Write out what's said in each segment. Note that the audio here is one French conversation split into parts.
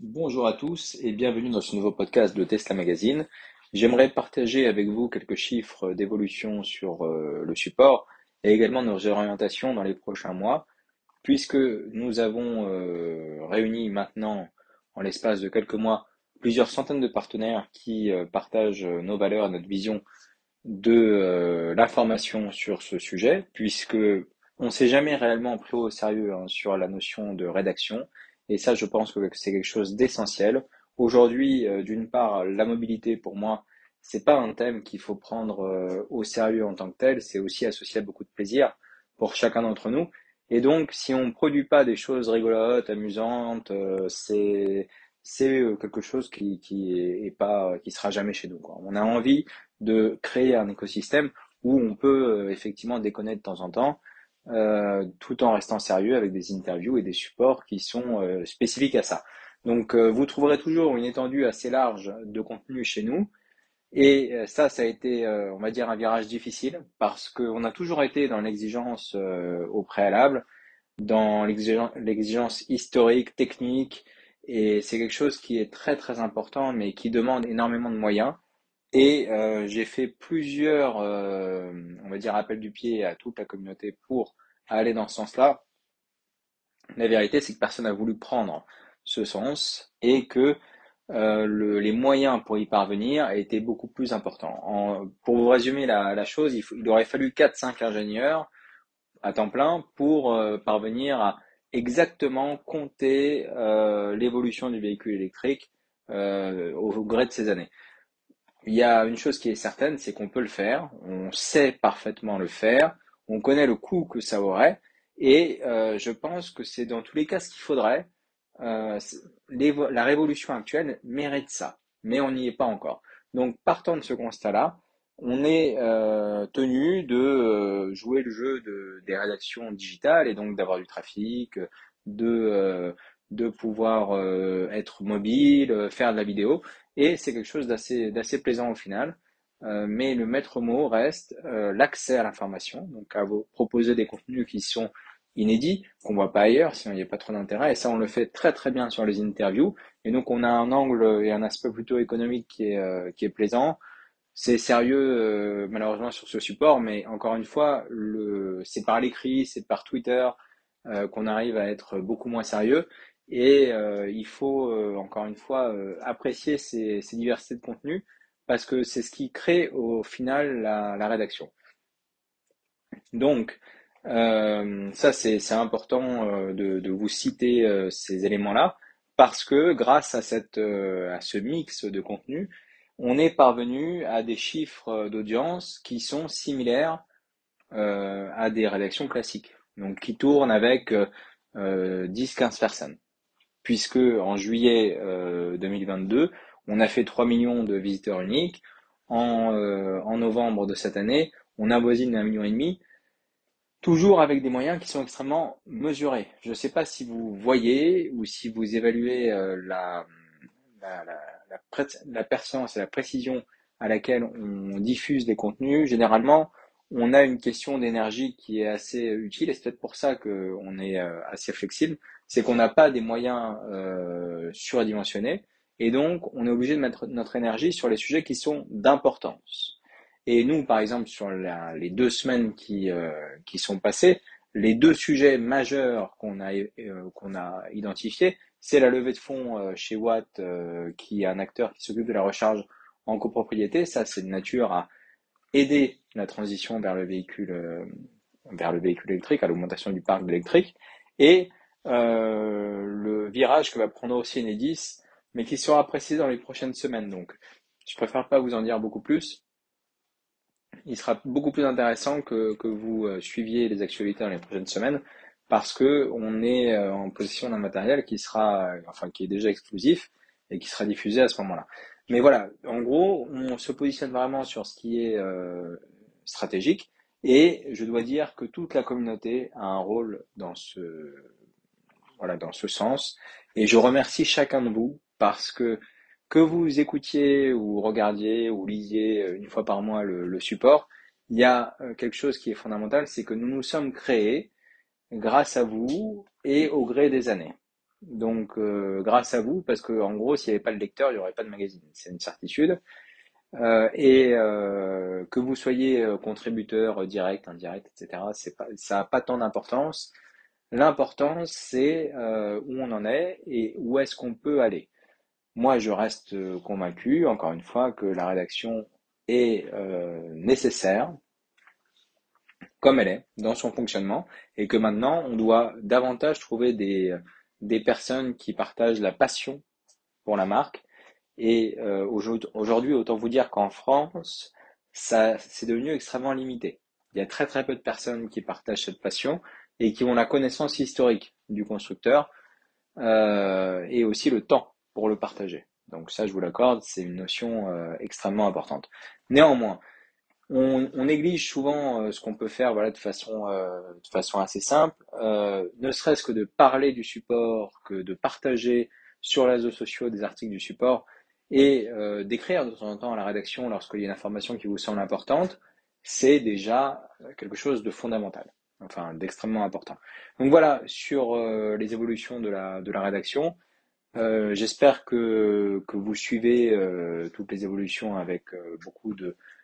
Bonjour à tous et bienvenue dans ce nouveau podcast de Tesla Magazine. J'aimerais partager avec vous quelques chiffres d'évolution sur le support et également nos orientations dans les prochains mois, puisque nous avons réuni maintenant, en l'espace de quelques mois, plusieurs centaines de partenaires qui partagent nos valeurs et notre vision de l'information sur ce sujet, puisque on ne s'est jamais réellement pris au sérieux sur la notion de rédaction, et ça, je pense que c'est quelque chose d'essentiel. Aujourd'hui, d'une part, la mobilité, pour moi, c'est pas un thème qu'il faut prendre au sérieux en tant que tel, c'est aussi associé à beaucoup de plaisir pour chacun d'entre nous. Et donc, si on ne produit pas des choses rigolotes, amusantes, c'est quelque chose qui sera jamais chez nous, quoi. On a envie de créer un écosystème où on peut effectivement déconner de temps en temps, tout en restant sérieux avec des interviews et des supports qui sont spécifiques à ça. Donc vous trouverez toujours une étendue assez large de contenu chez nous. Et ça a été, on va dire, un virage difficile parce qu'on a toujours été dans l'exigence au préalable, dans l'exigence historique, technique, et c'est quelque chose qui est très très important, mais qui demande énormément de moyens. Et j'ai fait plusieurs, on va dire, appels du pied à toute la communauté pour aller dans ce sens-là. La vérité, c'est que personne n'a voulu prendre ce sens et que les moyens pour y parvenir étaient beaucoup plus importants. Pour vous résumer la chose, il aurait fallu 4-5 ingénieurs à temps plein pour parvenir à exactement compter l'évolution du véhicule électrique au gré de ces années. Il y a une chose qui est certaine, c'est qu'on peut le faire, on sait parfaitement le faire, on connaît le coût que ça aurait, et je pense que c'est dans tous les cas ce qu'il faudrait. Euh, la révolution actuelle mérite ça, mais on n'y est pas encore. Donc partant de ce constat-là, on est tenu de jouer le jeu des rédactions digitales et donc d'avoir du trafic, de, euh, de pouvoir être mobile, faire de la vidéo. Et c'est quelque chose d'assez plaisant au final. Mais le maître mot reste l'accès à l'information, donc à vous proposer des contenus qui sont inédits, qu'on voit pas ailleurs, sinon il n'y a pas trop d'intérêt. Et ça, on le fait très très bien sur les interviews. Et donc on a un angle et un aspect plutôt économique qui est plaisant. C'est sérieux malheureusement sur ce support, mais encore une fois, c'est par l'écrit, c'est par Twitter qu'on arrive à être beaucoup moins sérieux. Et il faut encore une fois apprécier ces diversités de contenu parce que c'est ce qui crée au final la rédaction. Donc ça c'est important de vous citer ces éléments-là parce que grâce à ce mix de contenu, on est parvenu à des chiffres d'audience qui sont similaires à des rédactions classiques, donc qui tournent avec 10-15 personnes. Puisque en juillet 2022, on a fait 3 millions de visiteurs uniques. En novembre de cette année, on avoisine 1,5 million, toujours avec des moyens qui sont extrêmement mesurés. Je ne sais pas si vous voyez ou si vous évaluez la, la, la pertinence et la précision à laquelle on diffuse les contenus. Généralement, on a une question d'énergie qui est assez utile et c'est peut-être pour ça qu'on est assez flexible. C'est qu'on n'a pas des moyens surdimensionnés et donc on est obligé de mettre notre énergie sur les sujets qui sont d'importance. Et nous, par exemple, sur les 2 semaines qui sont passées, les deux sujets majeurs qu'on a identifiés, c'est la levée de fonds chez Watt, qui est un acteur qui s'occupe de la recharge en copropriété. Ça, c'est de nature à aider la transition vers le véhicule électrique, à l'augmentation du parc électrique. Et le virage que va prendre aussi Enedis, mais qui sera précisé dans les prochaines semaines. Donc, je préfère pas vous en dire beaucoup plus. Il sera beaucoup plus intéressant que vous suiviez les actualités dans les prochaines semaines parce que on est en possession d'un matériel enfin, qui est déjà exclusif et qui sera diffusé à ce moment-là. Mais voilà, en gros, on se positionne vraiment sur ce qui est stratégique et je dois dire que toute la communauté a un rôle voilà, dans ce sens. Et je remercie chacun de vous parce que vous écoutiez ou regardiez ou lisiez une fois par mois le support, il y a quelque chose qui est fondamental, c'est que nous nous sommes créés grâce à vous et au gré des années. Donc, grâce à vous, parce que en gros, s'il n'y avait pas de lecteur, il n'y aurait pas de magazine. C'est une certitude. Que vous soyez contributeur direct, indirect, etc., c'est pas, ça n'a pas tant d'importance. L'important, c'est où on en est et où est-ce qu'on peut aller. Moi, je reste convaincu, encore une fois, que la rédaction est nécessaire, comme elle est, dans son fonctionnement, et que maintenant, on doit davantage trouver des personnes qui partagent la passion pour la marque. Et aujourd'hui, autant vous dire qu'en France, ça, c'est devenu extrêmement limité. Il y a très très peu de personnes qui partagent cette passion et qui ont la connaissance historique du constructeur et aussi le temps pour le partager. Donc ça, je vous l'accorde, c'est une notion extrêmement importante. Néanmoins, on néglige souvent ce qu'on peut faire voilà, de façon assez simple, ne serait-ce que de parler du support, que de partager sur les réseaux sociaux des articles du support et d'écrire de temps en temps à la rédaction lorsqu'il y a une information qui vous semble importante, c'est déjà quelque chose de fondamental, enfin d'extrêmement important. Donc voilà, sur les évolutions de la rédaction, j'espère que vous suivez toutes les évolutions avec beaucoup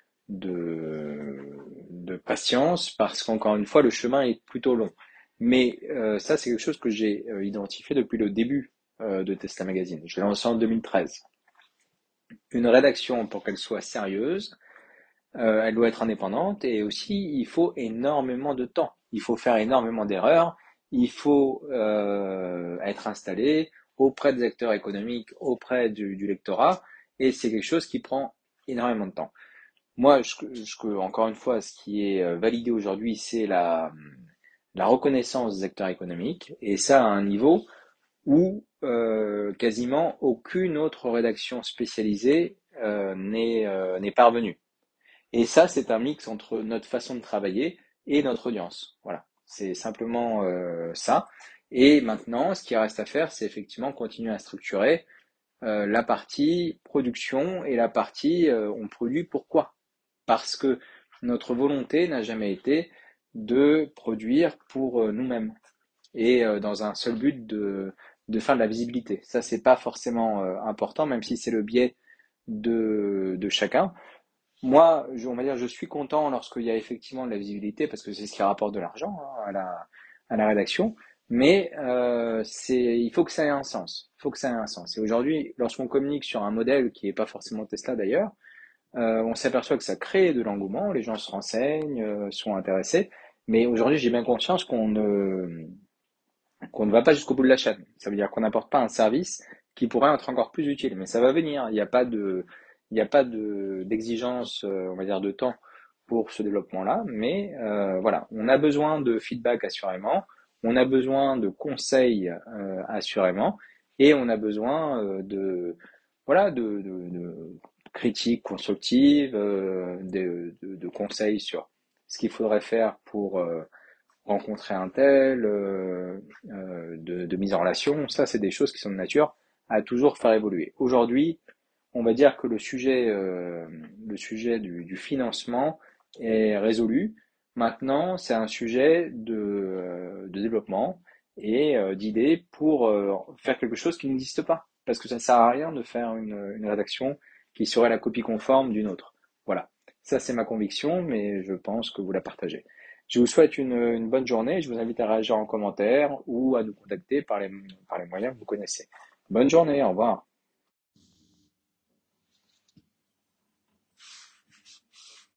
de patience parce qu'encore une fois, le chemin est plutôt long. Mais ça, c'est quelque chose que j'ai identifié depuis le début de Tesla Magazine. Je l'ai lancé en 2013. Une rédaction, pour qu'elle soit sérieuse, elle doit être indépendante et aussi, il faut énormément de temps. Il faut faire énormément d'erreurs. Il faut être installé auprès des acteurs économiques, auprès du lectorat. Et c'est quelque chose qui prend énormément de temps. Moi, encore une fois, ce qui est validé aujourd'hui, c'est la reconnaissance des acteurs économiques, et ça à un niveau où quasiment aucune autre rédaction spécialisée n'est parvenue. Et ça, c'est un mix entre notre façon de travailler et notre audience. Voilà, c'est simplement ça. Et maintenant, ce qui reste à faire, c'est effectivement continuer à structurer la partie production et la partie on produit pourquoi? Parce que notre volonté n'a jamais été de produire pour nous-mêmes et dans un seul but de faire de la visibilité. Ça, c'est pas forcément important, même si c'est le biais de chacun. Moi, on va dire, je suis content lorsqu'il y a effectivement de la visibilité parce que c'est ce qui rapporte de l'argent hein, à la rédaction. Mais il faut que ça ait un sens. Il faut que ça ait un sens. Et aujourd'hui, lorsqu'on communique sur un modèle qui n'est pas forcément Tesla d'ailleurs, on s'aperçoit que ça crée de l'engouement, les gens se renseignent, sont intéressés. Mais aujourd'hui, j'ai bien conscience qu'on ne va pas jusqu'au bout de la chaîne. Ça veut dire qu'on n'apporte pas un service qui pourrait être encore plus utile. Mais ça va venir. Il n'y a pas d'exigence, on va dire, de temps pour ce développement-là. Mais voilà, on a besoin de feedback assurément. On a besoin de conseils assurément. Et on a besoin voilà, de critiques constructives, de conseils sur ce qu'il faudrait faire pour rencontrer un tel, de mise en relation, ça c'est des choses qui sont de nature à toujours faire évoluer. Aujourd'hui, on va dire que le sujet du financement est résolu. Maintenant, c'est un sujet de développement et d'idées pour faire quelque chose qui n'existe pas. Parce que ça ne sert à rien de faire une rédaction qui serait la copie conforme d'une autre. Voilà. Ça, c'est ma conviction, mais je pense que vous la partagez. Je vous souhaite une bonne journée. Je vous invite à réagir en commentaire ou à nous contacter par les moyens que vous connaissez. Bonne journée, au revoir.